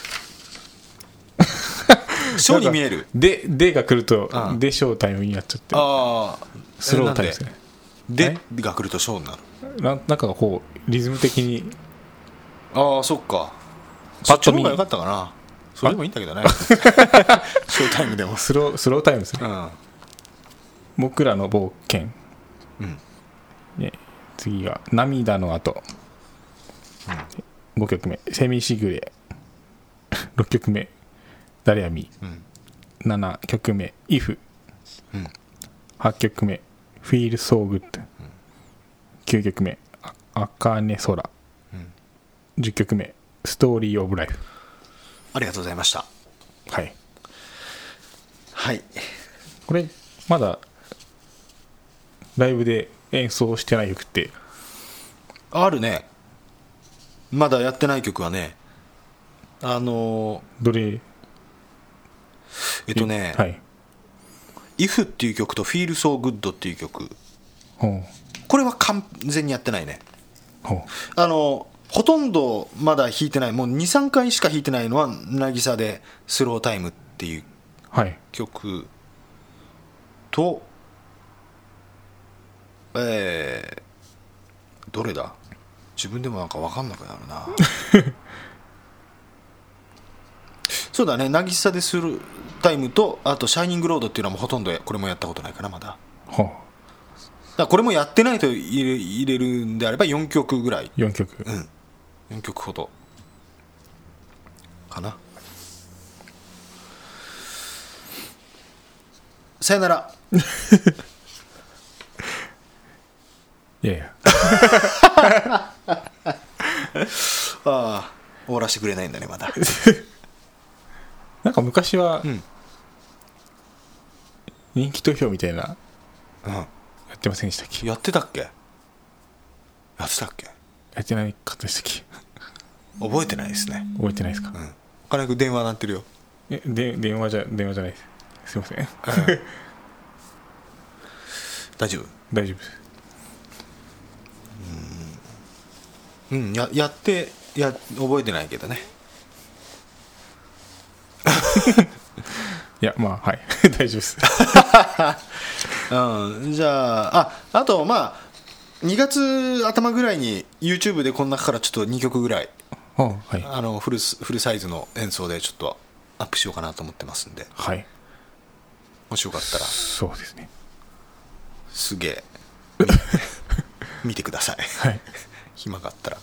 Speaker 1: ショーに見える。
Speaker 2: で、でが来るとでショータイムになっちゃって、ああスロータイムですね。
Speaker 1: でが来るとショーになる。
Speaker 2: な, なんかこうリズム的に。
Speaker 1: ああそっか、パッと見そっちの方が良かったかな。それでもいいんだけどねショータイムでも
Speaker 2: スロー、スロータイムですね、うん、僕らの冒険、うんね、次が涙の後、うん、ごきょくめセミシグレろっきょくめ誰やみ、うん、ななきょくめ If、うん、はちきょくめ Feel So Good、うん、きゅうきょくめあかね空、うん、じゅっきょくめストーリーオブライフ。
Speaker 1: ありがとうございました。はいはい、
Speaker 2: これまだライブで演奏してない曲って
Speaker 1: あるね。まだやってない曲はね、あのー、
Speaker 2: どれ
Speaker 1: えっとね、はい、If っていう曲と Feel So Good っていう曲、これは完全にやってないね。あのほとんどまだ弾いてない、もう にさんかいしか弾いてないのは渚でスロータイムっていう曲と、はい、えー、どれだ、自分でもなんか分かんなくなるなそうだね、渚でスロータイムとあとシャイニングロードっていうのはもうほとんどこれもやったことないかなまだ。はあ、 らこれもやってないと入れ、入れるんであればよんきょくぐらい。
Speaker 2: よんきょく、
Speaker 1: うん、よんきょくほどかな。さよなら。
Speaker 2: いやいや
Speaker 1: ああ、終わらせてくれないんだねまだ。
Speaker 2: なんか昔は
Speaker 1: うん
Speaker 2: 人気投票みたいな
Speaker 1: うん
Speaker 2: やってませんでしたっけ？
Speaker 1: やってたっけやってたっけ
Speaker 2: やってないかったでしたっけ？
Speaker 1: 覚えてないですね。
Speaker 2: 覚えてないですか？
Speaker 1: うん、金井君電話鳴ってるよ。
Speaker 2: えで電話じゃ電話じゃないです。すいません。
Speaker 1: うん、大丈夫
Speaker 2: 大丈夫です。
Speaker 1: うん、や, やってや覚えてないけどね。
Speaker 2: いやまあはい大丈夫です。
Speaker 1: うん、じゃあああとまあにがつ頭ぐらいに YouTube でこの中からちょっとにきょくぐらい
Speaker 2: あ、はい、
Speaker 1: あのフルスフルサイズの演奏でちょっとアップしようかなと思ってますんで、
Speaker 2: はい、
Speaker 1: もしよかったら
Speaker 2: そうですね、
Speaker 1: すげえ見てください、
Speaker 2: はい、
Speaker 1: 暇があったら。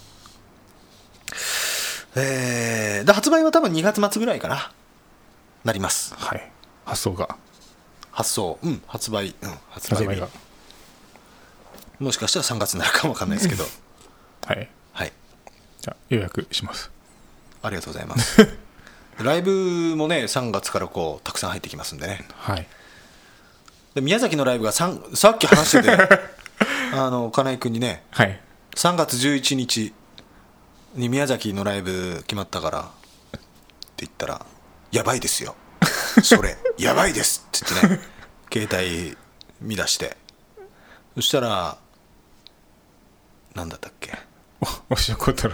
Speaker 1: えー、で発売は多分にがつ末ぐらいかななります。
Speaker 2: はい、発送が
Speaker 1: 発送うん発売うん発売日、発売がもしかしたらさんがつになるかもわかんないですけど
Speaker 2: はい
Speaker 1: はい、
Speaker 2: じゃあ予約します。
Speaker 1: ありがとうございますライブもねさんがつからこうたくさん入ってきますんでね。
Speaker 2: はい。
Speaker 1: で宮崎のライブがさんさっき話しててあの金井君にね、
Speaker 2: はい、
Speaker 1: さんがつじゅういちにちに宮崎のライブ決まったからって言ったらやばいですよそれやばいですって言ってね携帯見出して、そしたらなんだったっけ
Speaker 2: お押尾幸太郎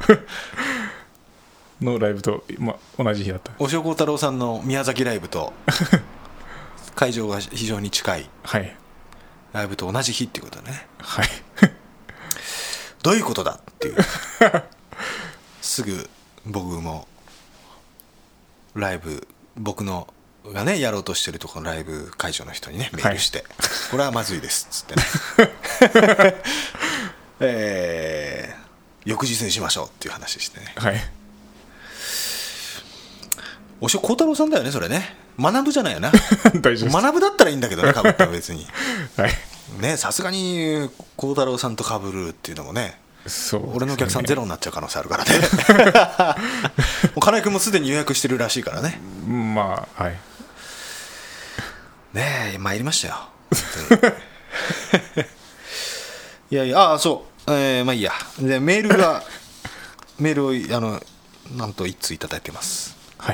Speaker 2: のライブと、ま、同じ日だった。
Speaker 1: 押尾幸太郎さんの宮崎ライブと会場が非常に近いライブと同じ日っていうことね。
Speaker 2: はい
Speaker 1: どういうことだっていうすぐ僕もライブ僕のがねやろうとしてるところのライブ会場の人にねメールして、はい、これはまずいですっつってねえー、翌日にしましょうっていう話してね。
Speaker 2: はい。
Speaker 1: おしょ幸太郎さんだよねそれね。学ぶじゃないよな
Speaker 2: 大丈夫です。
Speaker 1: 学ぶだったらいいんだけどねかぶったら別に
Speaker 2: はい
Speaker 1: ね、さすがに幸太郎さんとかぶるっていうのもね、
Speaker 2: そうですね、
Speaker 1: 俺のお客さんゼロになっちゃう可能性あるからねもう金井君もすでに予約してるらしいからね。
Speaker 2: まあはい
Speaker 1: ねえ参りましたよ本当にいやいやああそう、えー、まあいいやでメールがメールをあのなんと一通いただいてます。
Speaker 2: はい。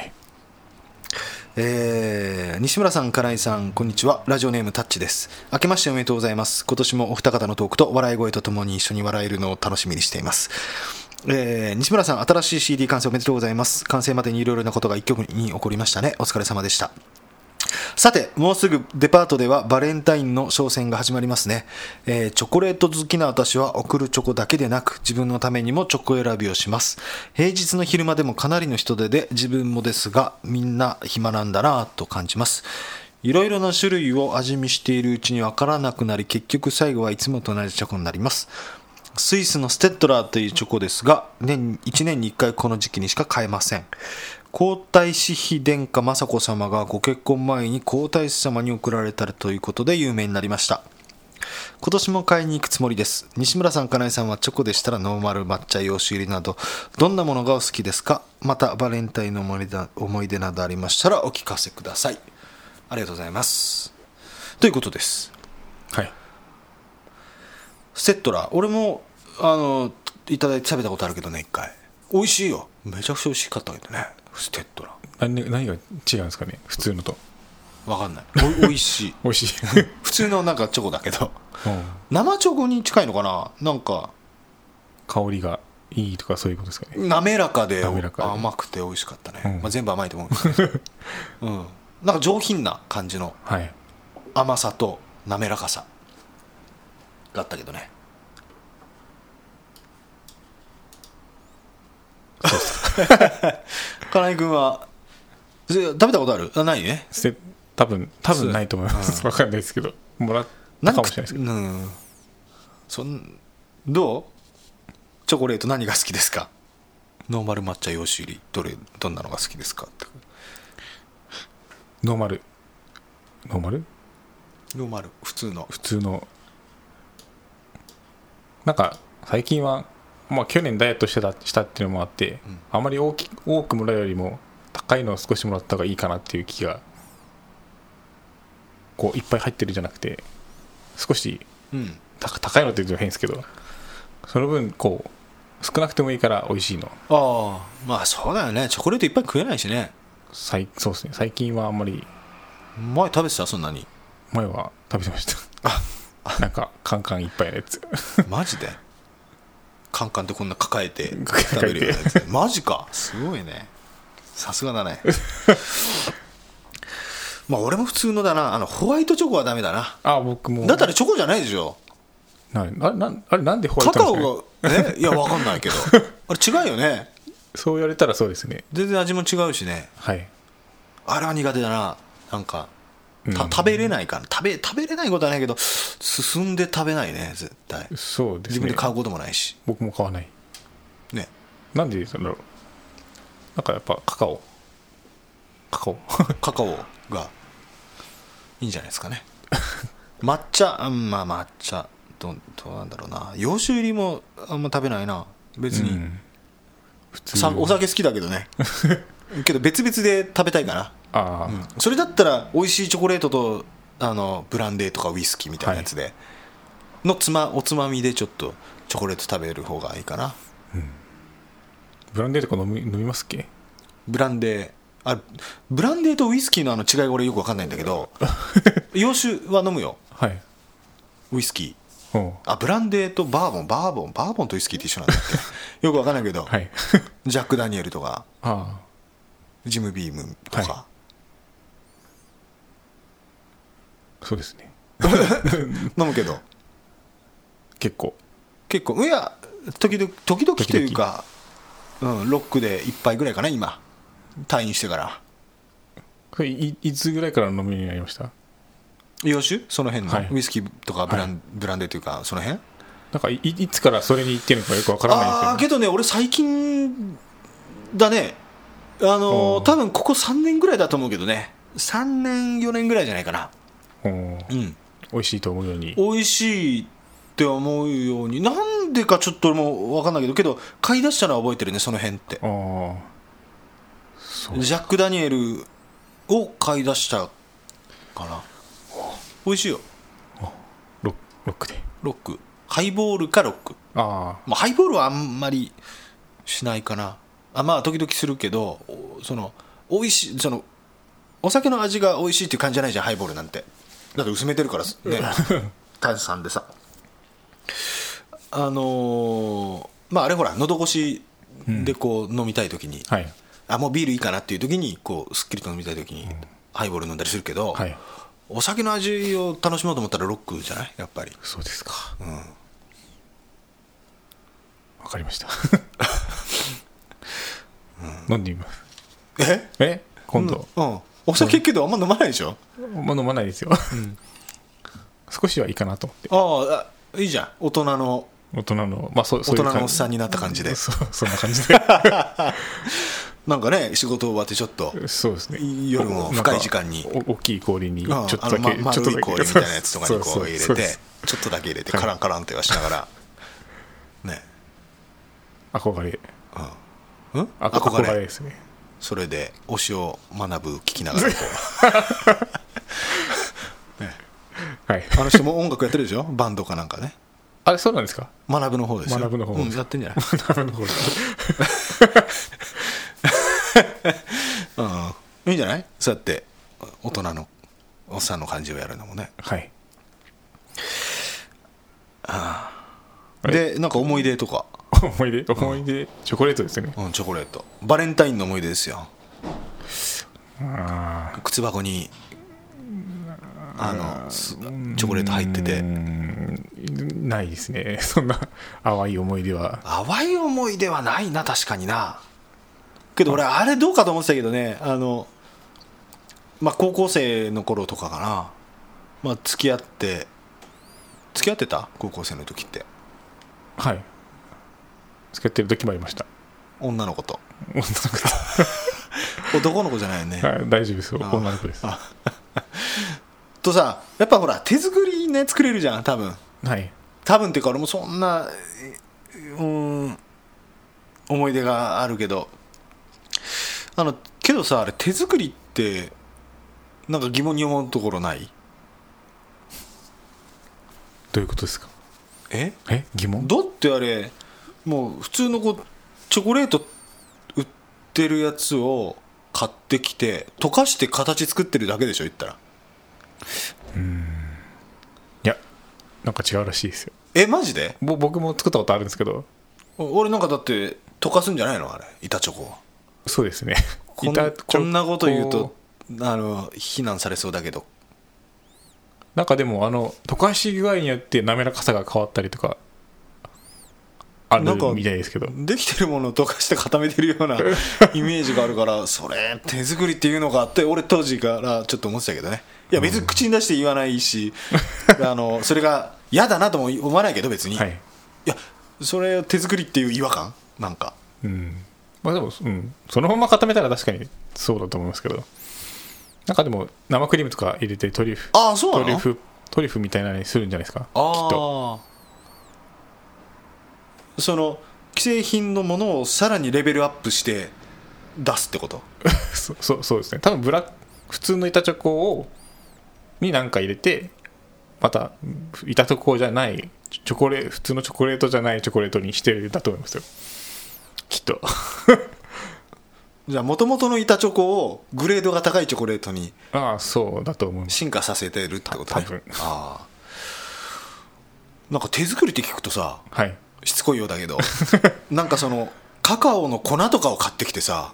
Speaker 1: えー、西村さん、金井さん、こんにちは。ラジオネームタッチです。明けましておめでとうございます。今年もお二方のトークと笑い声とともに一緒に笑えるのを楽しみにしています。えー、西村さん、新しい シーディー 完成おめでとうございます。完成までにいろいろなことが一曲に起こりましたね。お疲れ様でした。さてもうすぐデパートではバレンタインの商戦が始まりますね、えー、チョコレート好きな私は送るチョコだけでなく自分のためにもチョコ選びをします。平日の昼間でもかなりの人出で自分もですがみんな暇なんだなと感じます。いろいろな種類を味見しているうちに分からなくなり結局最後はいつもと同じチョコになります。スイスのステッドラーというチョコですが年いちねんにいっかいこの時期にしか買えません。皇太子妃殿下雅子さまがご結婚前に皇太子様に贈られたということで有名になりました。今年も買いに行くつもりです。西村さん、金井さんはチョコでしたらノーマル、抹茶、洋酒入りなどどんなものがお好きですか？またバレンタインの思い出、思い出などありましたらお聞かせください。ありがとうございますということです。
Speaker 2: はい。
Speaker 1: ステッドラー俺もあのいただいて食べたことあるけどね、一回美味しいよ。めちゃくちゃ美味しかったけどねステッドラー。
Speaker 2: 何, 何が違うんですかね普通のと。
Speaker 1: 分かんない。お美味しい
Speaker 2: 美味しい
Speaker 1: 普通のなんかチョコだけど、うん、生チョコに近いのかな。なんか
Speaker 2: 香りがいいとかそういうことですかね。
Speaker 1: 滑らかで
Speaker 2: 滑らかで
Speaker 1: 甘くて美味しかったね、
Speaker 2: うん
Speaker 1: まあ、全部甘いと思うけど、うん、なんか上品な感じの甘さと滑らかさがあったけどね。そう金井君は食べたことある？あないね。
Speaker 2: 多分多分ないと思います。分かんないですけどもらったかもしれないですけど、
Speaker 1: うん、そんどうチョコレート何が好きですか？ノーマル抹茶洋酒入りどれどんなのが好きですかって。
Speaker 2: ノーマルノーマル
Speaker 1: ノーマル普通の
Speaker 2: 普通のなんか最近は、まあ、去年ダイエットしてたしたっていうのもあって、うん、あまり大き多くもらうよりも高いのを少しもらった方がいいかなっていう気が、こういっぱい入ってるじゃなくて少し、うん、高いのって言うと変ですけど、その分こう少なくてもいいから美味しいの。
Speaker 1: ああ、まあそうだよね。チョコレートいっぱい食えないしね。
Speaker 2: 最そうですね。最近はあんまり。
Speaker 1: 前食べてた？そんなに？
Speaker 2: 前は食べてました。あ、なんかカンカンいっぱいのやつ。
Speaker 1: マジで？カンカンってこんな抱えて食べるようなやつ。マジか。すごいね。さすがだね。まあ俺も普通のだな。あのホワイトチョコはダメだな。
Speaker 2: あ、僕も。
Speaker 1: だったらチョコじゃないでしょ。
Speaker 2: なあれなあれなんでホワイトなんですかね。
Speaker 1: カカオがね、いや分かんないけどあれ違うよね。
Speaker 2: そう言われたらそうですね。
Speaker 1: 全然味も違うしね。
Speaker 2: はい。
Speaker 1: あれは苦手だな。なんかた、うん、食べれないかな。食べ食べれないことはないけど進んで食べないね絶対。
Speaker 2: そうですね。
Speaker 1: 自分で買うこともないし。
Speaker 2: 僕も買わない
Speaker 1: ね。
Speaker 2: なんでそのなんかやっぱカカオカカオ
Speaker 1: カカオがいいんじゃないですかね。抹茶、うん、まあ抹茶ど, どうなんだろうな。洋酒入りもあんま食べないな別に、うん、普通さお酒好きだけどねけど別々で食べたいかな。
Speaker 2: あ、
Speaker 1: うん、それだったら美味しいチョコレートとあのブランデーとかウイスキーみたいなやつで、はい、のつまおつまみでちょっとチョコレート食べる方がいいかな、
Speaker 2: うん、ブランデーとか飲み、飲みますっけ？
Speaker 1: ブランデーあブランデーとウイスキーのあの違いが俺よく分かんないんだけど洋酒は飲むよ、
Speaker 2: はい、
Speaker 1: ウイスキーあブランデーとバーボンバーボンバーボンとウイスキーって一緒なんだっけよく分かんないけど、はい、ジャック・ダニエルとか
Speaker 2: あ
Speaker 1: ジム・ビームとか、はい、
Speaker 2: そうですね
Speaker 1: 飲むけど
Speaker 2: 結構
Speaker 1: 結構いや時々時々というかうん、ロックでいっぱいぐらいかな今退院してから。
Speaker 2: これ い, いつぐらいから飲みになりました？
Speaker 1: 洋酒その辺の、はい、ウイスキーとかブラン、はい、ブランデーというかその辺
Speaker 2: なんか い, いつからそれに行ってるのかよくわからないんですけど。
Speaker 1: あけどね俺最近だね。あのー、多分ここさんねんぐらいだと思うけどね。さんねんよねんぐらいじゃないかな。
Speaker 2: うん、美味しいと思うように
Speaker 1: 美味しいって思うようになんでかちょっと俺も分かんないけどけど買い出したのは覚えてるねその辺って。
Speaker 2: あ
Speaker 1: そうジャック・ダニエルを買い出したかな。美味しいよ。
Speaker 2: ロックで
Speaker 1: ロックハイボールかロック。
Speaker 2: あ、
Speaker 1: まあ、ハイボールはあんまりしないかなあ。まあ時々するけどその美味しいそのお酒の味が美味しいっていう感じじゃないじゃんハイボールなんて。だって薄めてるからね炭酸でさあのー、まああれほら喉越しでこう飲みたい時に、うんはい、あもうビールいいかなっていう時にこうすっきりと飲みたい時にハイボール飲んだりするけど、はい、お酒の味を楽しもうと思ったらロックじゃないやっぱり。
Speaker 2: そうですか。
Speaker 1: うん。
Speaker 2: わかりました、うん、飲んでみます。
Speaker 1: え
Speaker 2: え今度、
Speaker 1: うんうん、お酒けどあんま飲まないでしょ。
Speaker 2: あんま飲まないですよ、うん、少しはいいかなと思って。
Speaker 1: ああいいじゃん大人の
Speaker 2: 大人の、まあ、そ
Speaker 1: 大人のおっさんになった感じで、
Speaker 2: そ, そんな感じで
Speaker 1: なんかね仕事終わってちょっと
Speaker 2: そうですね
Speaker 1: 夜も深い時間に
Speaker 2: 大きい氷にちょっとだけ、
Speaker 1: ま、丸い氷みたいなやつとかにこう入れてちょっとだけ入れてカランカランってはしながら、はい、ね
Speaker 2: 憧れ、
Speaker 1: うん、うん、
Speaker 2: 憧れですね。
Speaker 1: それで推しを学ぶ聞きながらこう、ねはい、あの人も音楽やってるでしょバンドかなんかね。
Speaker 2: あれそうなんですか。
Speaker 1: 学ぶの方ですよ。
Speaker 2: 学ぶの方、
Speaker 1: うん、やってんじゃない
Speaker 2: 学ぶの方
Speaker 1: うん、いいんじゃないそうやって大人のおっさんの感じをやるのもね。
Speaker 2: はい
Speaker 1: ああでなんか思い出とか
Speaker 2: 思い出思い出、うん、チョコレートですね。
Speaker 1: うんチョコレートバレンタインの思い出ですよ。
Speaker 2: あ
Speaker 1: 靴箱にあのチョコレート入ってて
Speaker 2: ないですねそんな淡い思い出は。
Speaker 1: 淡い思い出はないな確かにな。けど俺あれどうかと思ってたけどねあのまあ高校生の頃とかかな、まあ、付き合って付き合ってた高校生の時って。
Speaker 2: はい付き合ってる時もありました。
Speaker 1: 女の子と。
Speaker 2: 女の子
Speaker 1: と男の子じゃないよね。
Speaker 2: はい、大丈夫ですよ、女の子です。
Speaker 1: とさ、やっぱほら手作りね作れるじゃん多分。
Speaker 2: はい
Speaker 1: 多分っていうか俺もそんなうん思い出があるけど、あのけどさ、あれ手作りってなんか疑問に思うところない？
Speaker 2: どういうことですか？
Speaker 1: え
Speaker 2: え疑問？
Speaker 1: だってあれもう普通のこうチョコレート売ってるやつを買ってきて溶かして形作ってるだけでしょ言ったら。
Speaker 2: うーんいやなんか違うらしいですよ。
Speaker 1: えマジで？
Speaker 2: ぼ僕も作ったことあるんですけど。
Speaker 1: 俺なんかだって溶かすんじゃないのあれ板チョコ。
Speaker 2: そうですね
Speaker 1: こんこんなこと言うとあの非難されそうだけど、
Speaker 2: なんかでもあの溶かし具合によって滑らかさが変わったりとかあるみたいですけど、
Speaker 1: できてるものを溶かして固めてるようなイメージがあるからそれ手作りっていうのかって俺当時からちょっと思ってたけどね。いや別に口に出して言わないし、うん、あのそれが嫌だなとも思わないけど別に、はい、いやそれを手作りっていう違和感なんか、
Speaker 2: うんまあでも、うん、そのまま固めたら確かにそうだと思いますけど、なんかでも生クリームとか入れてトリュフ
Speaker 1: ああそうなの？
Speaker 2: トリュフトリュフみたいなのにするんじゃないですか。
Speaker 1: あ
Speaker 2: きっと
Speaker 1: その既製品のものをさらにレベルアップして出すってこと？
Speaker 2: そ, そ, そうですね。多分ブラ普通の板チョコをに何か入れてまた板チョコじゃないチョコレ普通のチョコレートじゃないチョコレートにしてるんだと思いますよきっと
Speaker 1: じゃあ元々の板チョコをグレードが高いチョコレートに
Speaker 2: ああそうだと思う
Speaker 1: 進化させてるってことね。
Speaker 2: 多分
Speaker 1: ああなんか手作りって聞くとさ、
Speaker 2: はい、
Speaker 1: しつこいようだけどなんかそのカカオの粉とかを買ってきてさ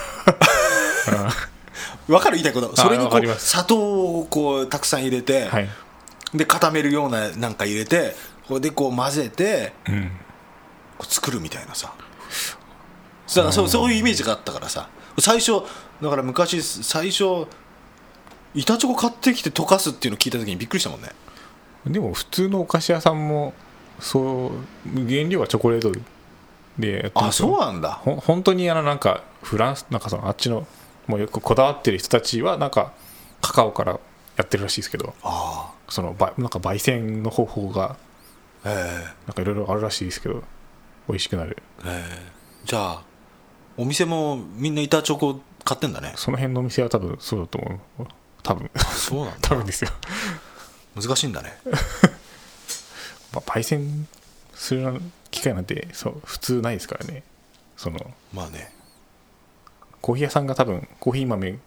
Speaker 1: 分かる言いたいこと。それにこう砂糖をこうたくさん入れて、はい、で固めるようななんか入れてこれでこう混ぜて、うん、こう作るみたいなさ、そう、そういうイメージがあったからさ、最初だから昔最初板チョコ買ってきて溶かすっていうのを聞いた時にびっくりしたもんね。
Speaker 2: でも普通のお菓子屋さんもそう原料はチョコレートでやってますよ。
Speaker 1: あ、そうなんだ。
Speaker 2: ほ本当にあのなんかフランスなんかそのあっちのもうよくこだわってる人たちはなんかカカオからやってるらしいですけど、あそのばなんか焙煎の方法がなんかいろいろあるらしいですけど美味しくなる。
Speaker 1: じゃあお店もみんな板チョコ買ってんだね。
Speaker 2: その辺のお店は多分そうだと思う。多分
Speaker 1: そうなんだ。
Speaker 2: 多分ですよ。
Speaker 1: 難しいんだね。
Speaker 2: まあ焙煎する機会なんてそう普通ないですからね。その
Speaker 1: まあね、
Speaker 2: コーヒー屋さんが多分コーヒー豆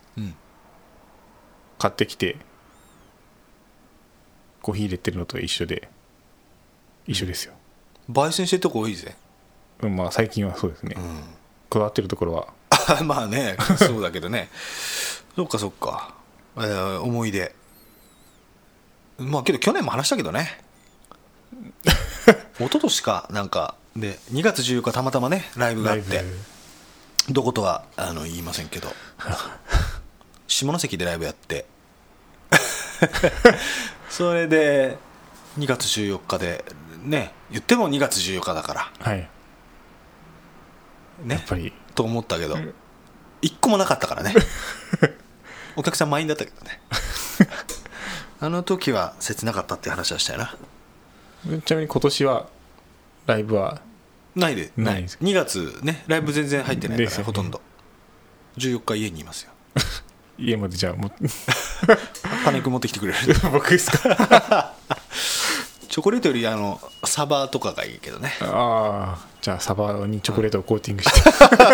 Speaker 2: 買ってきて、うん、コーヒー入れてるのと一緒で一緒ですよ。
Speaker 1: 焙煎してるとこ多いぜ。
Speaker 2: うん、まあ最近はそうですね、うん、こだわってるところは
Speaker 1: まあねそうだけどねそっかそっか、えー、思い出まあけど去年も話したけどね一昨年かなんかでにがつじゅうよっかたまたまねライブがあって、どことはあの言いませんけど下関でライブやってそれでにがつじゅうよっかでね、言ってもにがつじゅうよっかだから、はいね、やっぱりと思ったけど一個もなかったからねお客さん満員だったけどねあの時は切なかったっていう話はしたよな。
Speaker 2: ちなみに今年はライブは
Speaker 1: ないで
Speaker 2: ないです。
Speaker 1: にがつねライブ全然入ってないから、ね、ほとんどじゅうよっか家にいますよ
Speaker 2: 家までじゃあも
Speaker 1: パネック持ってきてくれる
Speaker 2: 僕ですか
Speaker 1: チョコレートよりあのサバとかがいいけどね。
Speaker 2: ああ、じゃあサバにチョコレートをコーティングして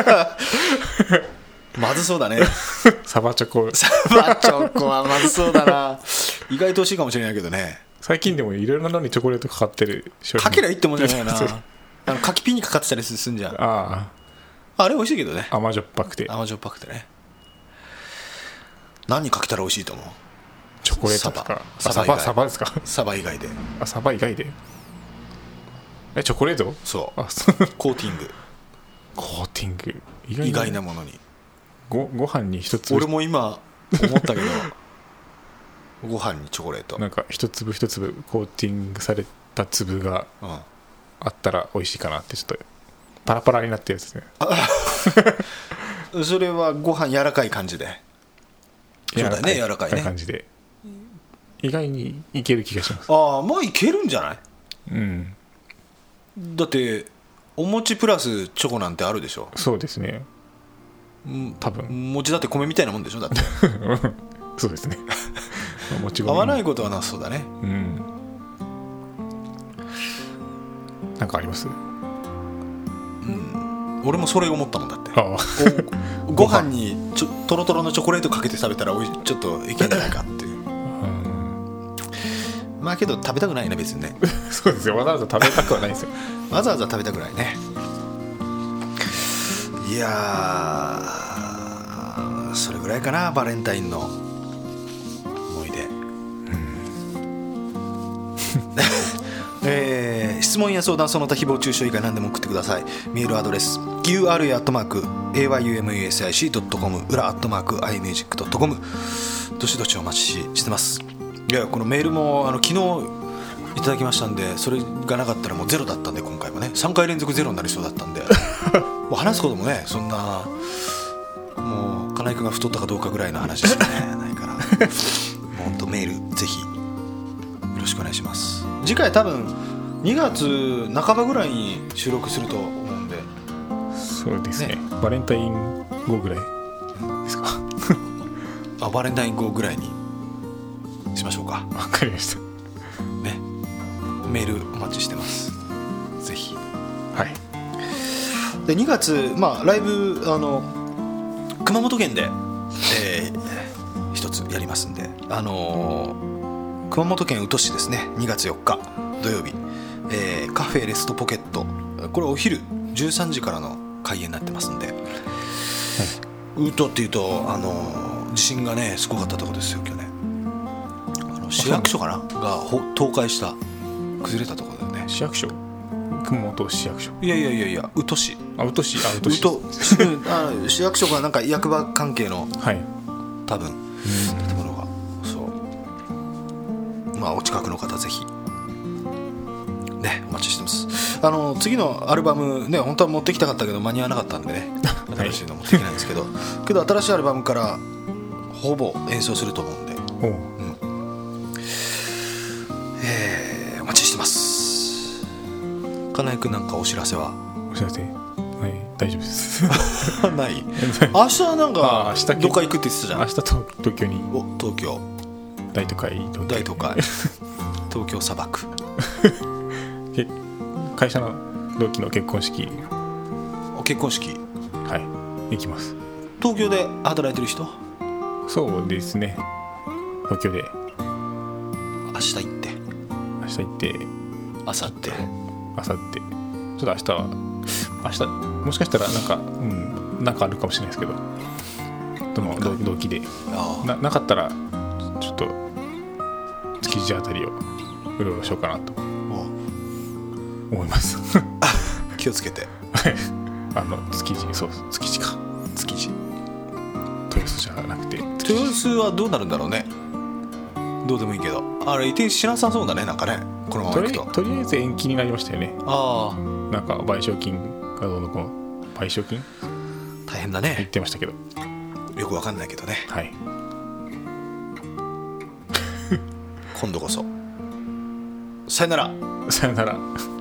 Speaker 1: まずそうだね
Speaker 2: サバチョコ
Speaker 1: サバチョコはまずそうだな意外と美味しいかもしれないけどね。
Speaker 2: 最近でもいろいろなのにチョコレートかかってる商品
Speaker 1: かけりゃいいってもんじゃないなあの柿ピンにかかってたりするんじゃん。あああれ美味しいけどね。
Speaker 2: 甘じょっぱくて
Speaker 1: 甘じょっぱくてね。何にかけたら美味しいと思う？
Speaker 2: チョコレートとか
Speaker 1: サバ
Speaker 2: サバサバですか？
Speaker 1: サバ以外で。
Speaker 2: あ、サバ以外でえチョコレート？
Speaker 1: そうあそうコーティング
Speaker 2: コーティング
Speaker 1: 意外 な, 意外なものに
Speaker 2: ご, ご飯に一つ。
Speaker 1: 俺も今思ったけどご飯にチョコレート、
Speaker 2: なんか一粒一粒コーティングされた粒があったら美味しいかなって、ちょっとパラパラになってるやつです
Speaker 1: ねそれはご飯柔らかい感じで、そうだね、柔らかいね
Speaker 2: 感じで意外にいける気がします。
Speaker 1: ああ、まあいけるんじゃない。
Speaker 2: うん、
Speaker 1: だってお餅プラスチョコなんてあるでしょ。
Speaker 2: そうですね、多分
Speaker 1: 餅だって米みたいなもんでしょ、だって
Speaker 2: そうですね
Speaker 1: 餅米合わないことはなさそうだね。
Speaker 2: うん、なんかあります？
Speaker 1: うん、俺もそれ思ったもんだって。
Speaker 2: ああ
Speaker 1: ご飯にちょトロトロのチョコレートかけて食べたらおいちょっといけんじゃないかっていうまあけど食べたくないね別にね
Speaker 2: そうですよ、わざわざ食べたくはないですよ
Speaker 1: わざわざ食べたくないね。いやー、それぐらいかな、バレンタインの思い出、うんえー、質問や相談その他誹謗中傷以外何でも送ってください。メールアドレス ユーアールエー アットマーク エーワイユーエムユーエスアイシー ドットコム 裏アットマーク アイミュージック ドットコム、 どしどしお待ちしてます。いやこのメールもあの昨日いただきましたんで、それがなかったらもうゼロだったんで、今回もねさんかい連続ゼロになりそうだったんでもう話すこともね、そんなもう金井君が太ったかどうかぐらいの話しか、ね、ないからもう本当メールぜひよろしくお願いします。次回多分にがつなかばぐらいに収録すると思うんで。
Speaker 2: そうですね、ね、バレンタイン後ぐらいですか
Speaker 1: あ、バレンタイン後ぐらいにしましょうか。
Speaker 2: わかりました
Speaker 1: ね、メールお待ちしてます、ぜひ。
Speaker 2: はい。
Speaker 1: でにがつ、まあ、ライブあの熊本県で、えー、一つやりますんで、あのー、熊本県宇土市ですね、にがつよっか土曜日、えー、カフェレストポケット、これお昼じゅうさんじからの開演になってますんで、はい、宇土っていうと、あのー、地震がねすごかったところですよ今日ね。あの市役所かなが倒壊した、崩れたところだよね。
Speaker 2: 市役所、熊本市役所。
Speaker 1: いやいやいやいや、宇土市。
Speaker 2: あ、宇土市、あ、宇土市。
Speaker 1: あ、市役所がなんか役場関係の、
Speaker 2: はい、
Speaker 1: 多分建物が、そう、まあお近くの方ぜひねお待ちしてます。あの次のアルバムね、本当は持ってきたかったけど間に合わなかったんでね、新しいの持ってきないんですけど、はい、けど新しいアルバムからほぼ演奏すると思うんで、おう、うん、えー、お待ちしてます。金井君なんかお知らせは？
Speaker 2: お知らせ、はい、大丈夫です
Speaker 1: ない明日なんかどっか行くって言ってたじゃん。
Speaker 2: 明日と東京に。
Speaker 1: お、東京
Speaker 2: 大都会、東京
Speaker 1: 大都会東京砂漠
Speaker 2: 会社の同期の結婚式。
Speaker 1: お結婚式、
Speaker 2: はい、行きます。
Speaker 1: 東京で働いてる人？
Speaker 2: そうですね、東京で
Speaker 1: 明日行って
Speaker 2: 明日行って
Speaker 1: 明後日
Speaker 2: 明後日ちょっと明日は明日もしかしたらなんか、うん、なんかあるかもしれないですけど、どの同期で な, なかったらちょっと築地あたりをうろうろしようかなと思います
Speaker 1: 気をつけて
Speaker 2: はい、あの築地、そう築地か
Speaker 1: 築地
Speaker 2: 豊洲じゃなくて、
Speaker 1: 豊洲はどうなるんだろうね。どうでもいいけど、あれ移転しなさそうだね、なんかね、このままいくと。
Speaker 2: と, りとりあえず延期になりましたよね。
Speaker 1: ああ、
Speaker 2: なんか賠償金がどうのこの賠償金
Speaker 1: 大変だね
Speaker 2: 言ってましたけど、
Speaker 1: よくわかんないけどね。
Speaker 2: はい
Speaker 1: 今度こそさよなら。
Speaker 2: さよなら。